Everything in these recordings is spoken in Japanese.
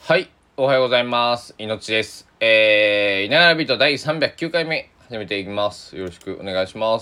はい、おはようございます。いのちです。いながらビート第309回目、始めていきます。よろしくお願いします。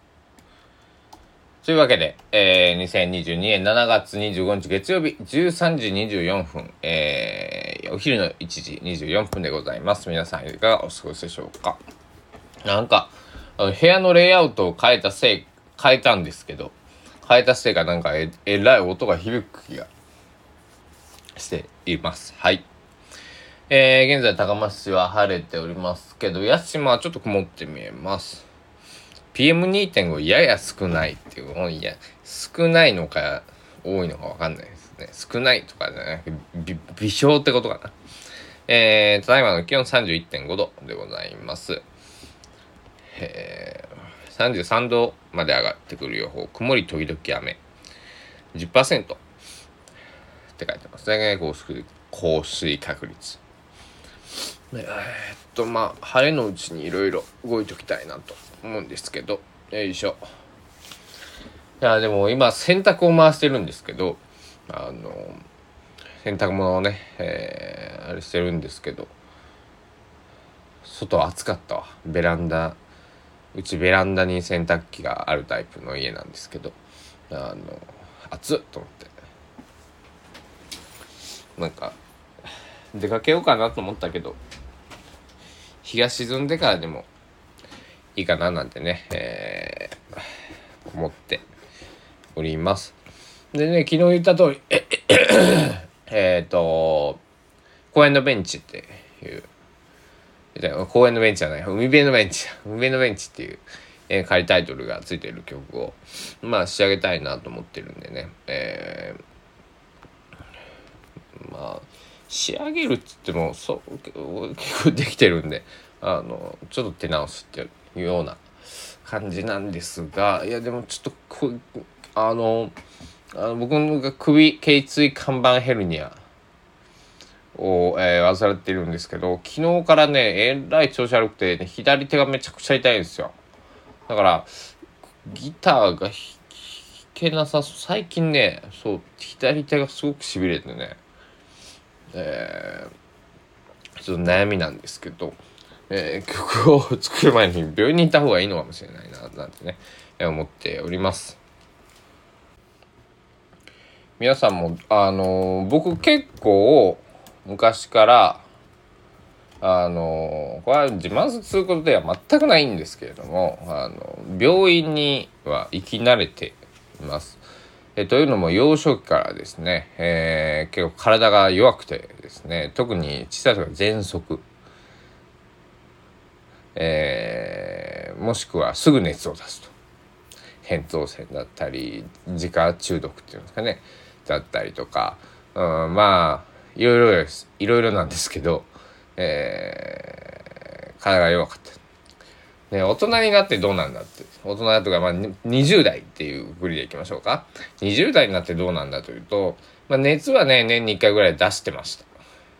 というわけで、2022年7月25日月曜日、13時24分、お昼の1時24分でございます。皆さん、いかがお過ごしでしょうか。なんか、部屋のレイアウトを変えたんですけど、変えたせいかなんからい音が響く気がしています。はい。現在高松市は晴れておりますけど、八島はちょっと曇って見えます。PM2.5 やや少ないっていう、いや、少ないのか多いのかわかんないですね。少ないとかじゃなくて、微小ってことかな。ただいまの気温31.5度でございます。33度まで上がってくる予報。曇り時々雨。10% って書いてますね。降水確率。晴れのうちにいろいろ動いときたいなと思うんですけど、よいしょ。いや、でも今洗濯を回してるんですけど、洗濯物をね、あれしてるんですけど、外暑かったわ。うちベランダに洗濯機があるタイプの家なんですけど、暑っと思って。なんか、出かけようかなと思ったけど、日が沈んでからでもいいかななんてね、思っております。でね、昨日言った通り公園のベンチっていう公園のベンチじゃない海辺のベンチっていう、仮タイトルがついている曲を仕上げたいなと思ってるんでね、仕上げるっつっても結構できてるんでちょっと手直しっていうような感じなんですが、いやでもちょっと僕が頸椎間板ヘルニアを、患っているんですけど、昨日からねえらい調子悪くて、ね、左手がめちゃくちゃ痛いんですよ。だからギターが弾けなさそう。最近ね、そう左手がすごくしびれてね、ちょっと悩みなんですけど、曲を作る前に病院に行った方がいいのかもしれないななんてね、思っております。皆さんも僕結構昔からこれは自慢することでは全くないんですけれども、病院には行き慣れています。というのも幼少期からですね、結構体が弱くてですね、特に小さい時は喘息、もしくはすぐ熱を出すと、扁桃腺だったり自家中毒っていうんですかね、だったりとか、いろいろです。いろいろなんですけど、体が弱かった。ね、大人になってどうなんだって。大人とか、20代っていうふりでいきましょうか。20代になってどうなんだというと、熱はね、年に1回ぐらい出してました。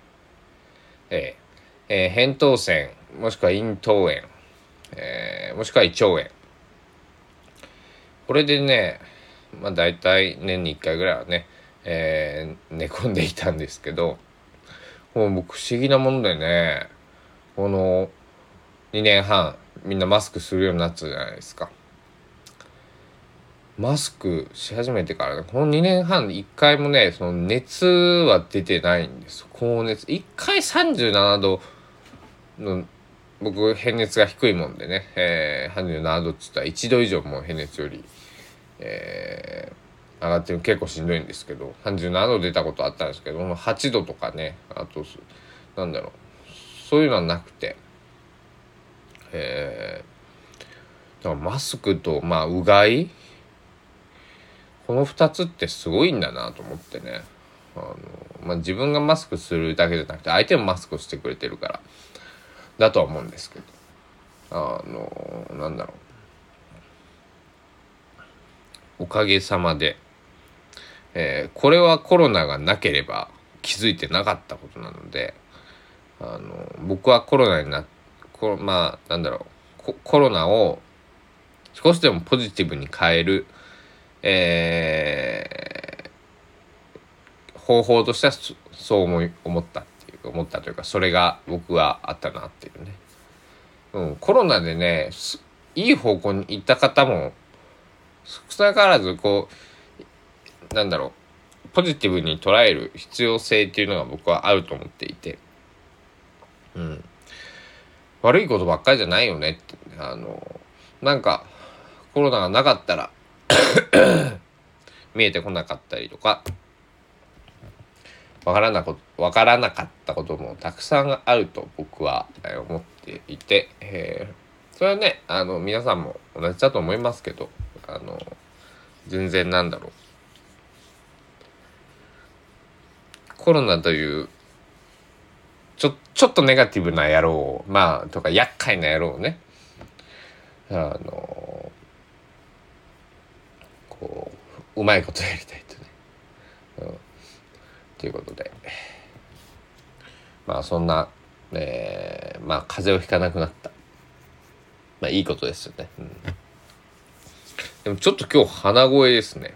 扁桃腺、もしくは咽頭炎、もしくは胃腸炎。これでね、大体年に1回ぐらいはね、寝込んでいたんですけど、もう僕不思議なものでね、この2年半みんなマスクするようになったじゃないですか。マスクし始めてからね、この2年半1回もね、その熱は出てないんです。高熱。1回37度の、僕、平熱が低いもんでね、37度って言ったら1度以上も平熱より、上がってる結構しんどいんですけど、37度出たことあったんですけど、8度とかね、あと、そういうのはなくて、だからマスクと、うがいこの2つってすごいんだなと思ってね。自分がマスクするだけじゃなくて、相手もマスクをしてくれてるから、だとは思うんですけど、おかげさまで、これはコロナがなければ気づいてなかったことなので、僕はコロナを少しでもポジティブに変える、 方法としてはそう思ったというか、それが僕はあったなっていうね。コロナでね、いい方向に行った方も少なからずポジティブに捉える必要性っていうのが僕はあると思っていて、悪いことばっかりじゃないよねって、コロナがなかったら見えてこなかったりとか、わからなかったこともたくさんあると僕は思っていて、それはね、皆さんも同じだと思いますけど、全然コロナというちょっとネガティブな野郎を、とか厄介な野郎をね、うまいことやりたいとね、ということで、そんな、風邪をひかなくなった、いいことですよね、でもちょっと今日鼻声ですね、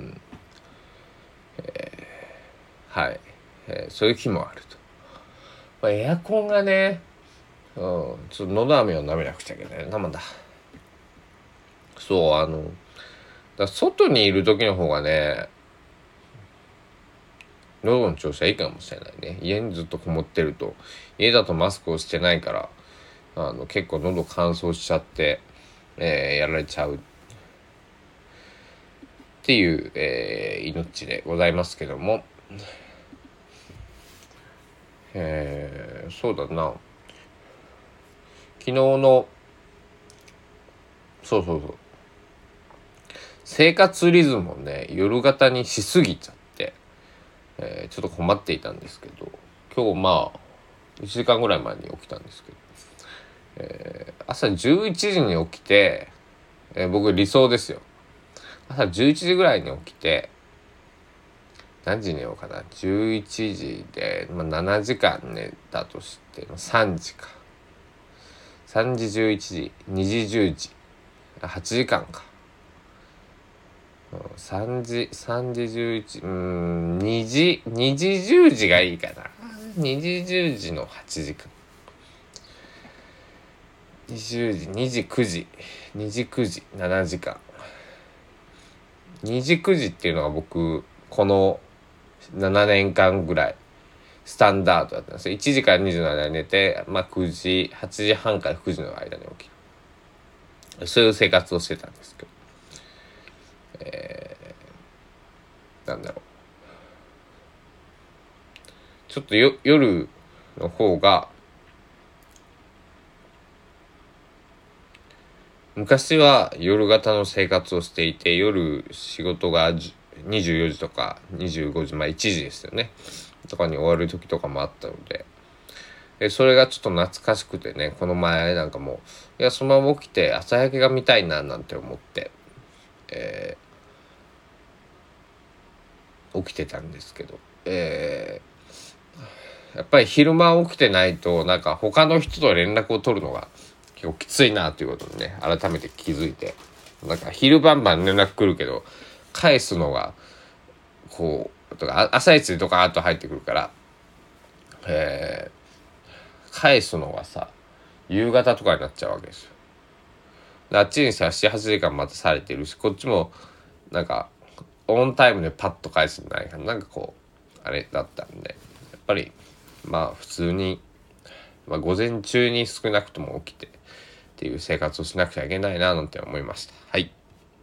はい、そういう日もあると、エアコンがね、ちょっとのど飴を舐めなくちゃいけないな。そう外にいる時の方がね、喉の調子はいいかもしれないね。家にずっとこもってると、家だとマスクをしてないから結構喉乾燥しちゃって、やられちゃうっていう、命でございますけども、そうだな、昨日の生活リズムをね、夜型にしすぎちゃって、ちょっと困っていたんですけど、今日1時間ぐらい前に起きたんですけど、朝11時に起きて、僕理想ですよ。朝11時ぐらいに起きて、何時に寝ようかな、11時で、7時間寝たとして3時か、3時11時2時10時8時間か、3時11、2時10時がいいかな。2時10時の8時間。20時、2時9時、2時9時、7時間。2時9時っていうのが僕、この7年間ぐらい、スタンダードだったんですよ。1時から2時の間に寝て、9時、8時半から9時の間に起きる。そういう生活をしてたんですけど。ちょっと夜の方が、昔は夜型の生活をしていて、夜仕事が24時とか25時、1時ですよね、とかに終わる時とかもあったので、それがちょっと懐かしくてね、この前そのまま起きて朝焼けが見たいななんて思って、起きてたんですけど、やっぱり昼間起きてないと他の人と連絡を取るのが結構きついなということにね、改めて気づいて、昼晩連絡来るけど返すのがとか朝一でドカーッと入ってくるから、返すのが夕方とかになっちゃうわけですよ。あっちに7、8時間待たされてるし、こっちもオンタイムでパッと返すんじゃないかな、あれだったんで、やっぱり普通に、午前中に少なくとも起きてっていう生活をしなくちゃいけないななんて思いました。はい。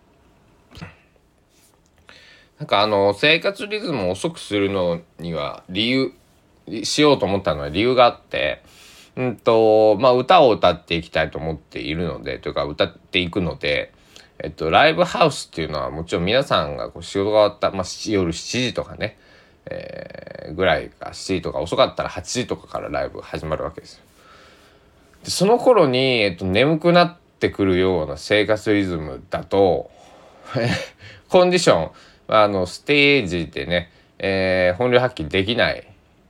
生活リズムを遅くするのにはしようと思ったのは理由があって、歌を歌っていきたいと思っているので、というか歌っていくので、ライブハウスっていうのはもちろん皆さんが仕事が終わった、夜7時とかね、ぐらいか、7時とか遅かったら8時とかからライブ始まるわけですよ。でその頃に、眠くなってくるような生活リズムだとコンディションステージでね、本領発揮できない、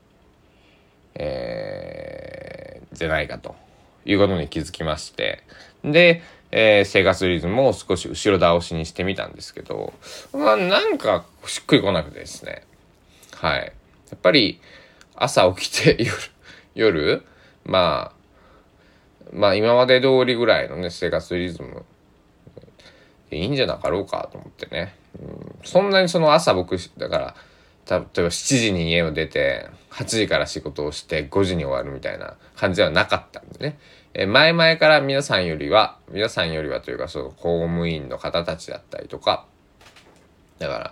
じゃないかということに気づきまして、で、生活リズムを少し後ろ倒しにしてみたんですけど、しっくりこなくてですね、 はい。やっぱり朝起きて夜まあ今まで通りぐらいのね生活リズムいいんじゃなかろうかと思ってね、そんなにその朝僕だから例えば7時に家を出て8時から仕事をして5時に終わるみたいな感じではなかったんでね、前々から皆さんよりはというかその公務員の方たちだったりとかだから、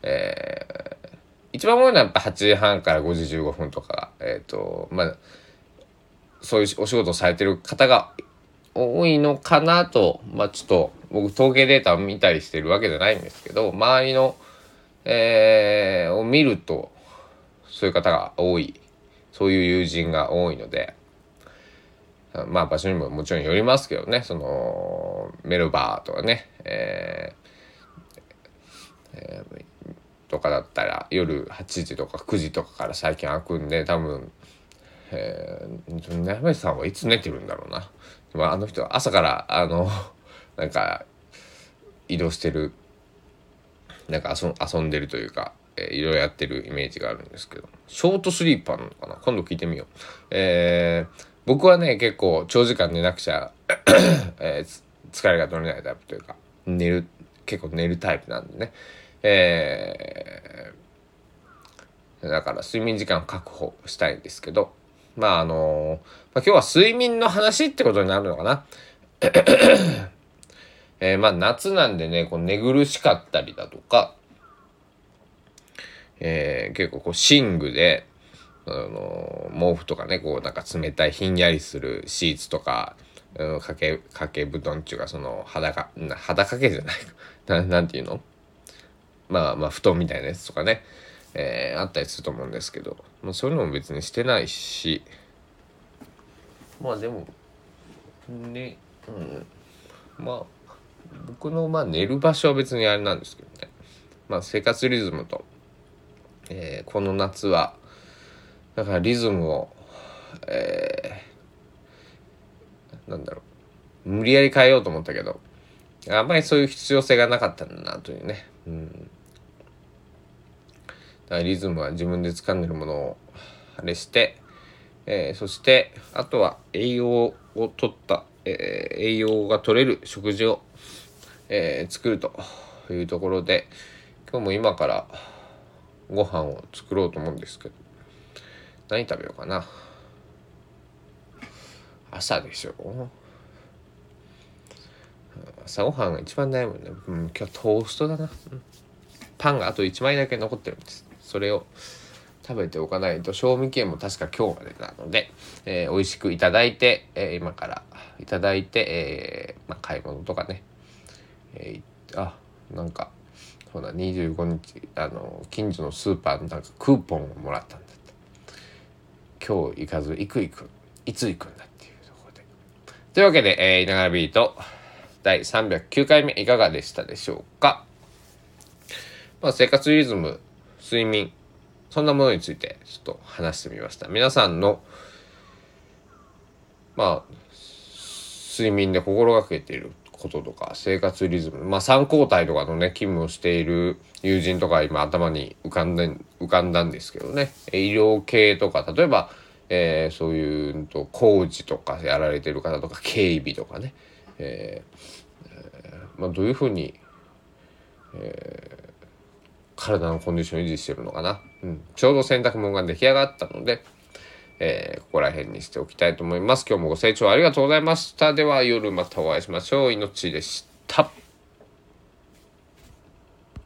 一番多いのはやっぱ8時半から5時15分とかそういうお仕事をされてる方が多いのかなと、ちょっと僕統計データを見たりしてるわけじゃないんですけど、周りの、を見るとそういう方が多い、そういう友人が多いので、場所にももちろんよりますけどね、そのメルバーとかね、とかだったら夜8時とか9時とかから最近開くんで、多分長林さんはいつ寝てるんだろうな。あの人は朝からなんか移動してる、なんか遊んでるというか、いろいろやってるイメージがあるんですけど、ショートスリーパーなのかな、今度聞いてみよう。僕はね結構長時間寝なくちゃ、疲れが取れないタイプというか結構寝るタイプなんでね、だから睡眠時間を確保したいんですけど、今日は睡眠の話ってことになるのかな。夏なんでねこう寝苦しかったりだとか、結構こう寝具で毛布とかねこうなんか冷たいひんやりするシーツとか、掛け布団っていうかその肌掛けじゃないかなんていうの、布団みたいなやつとかね、あったりすると思うんですけど、そういうのも別にしてないし、でもね、僕の寝る場所は別にあれなんですけどね、生活リズムと、この夏はだからリズムを、無理やり変えようと思ったけどあんまりそういう必要性がなかったんだなというね、だからリズムは自分で掴んでるものをあれして、そしてあとは栄養を取った、栄養が取れる食事を、作るというところで、今日も今からご飯を作ろうと思うんですけど、何食べようかな。朝でしょ、朝ごはんが一番悩むね。今日トーストだな、パンがあと1枚だけ残ってるんです。それを食べておかないと、賞味期限も確か今日までなので、美味しくいただいて、今からいただいて、買い物とかね、なんかそうだ25日近所のスーパーのなんかクーポンをもらったんだって。今日行かずいつ行くんだっていうところで、というわけで、いながらビート第309回目いかがでしたでしょうか。生活リズム、睡眠、そんなものについてちょっと話してみました。皆さんの睡眠で心がけていることとか生活リズム、3交代とかのね勤務をしている友人とか今頭に浮かんだんですけどね、医療系とか例えば、そういう工事とかやられてる方とか警備とかね、どういうふうに、体のコンディションを維持してるのかな、ちょうど洗濯物が出来上がったので、ここら辺にしておきたいと思います。今日もご清聴ありがとうございました。では夜またお会いしましょう。いのちでした。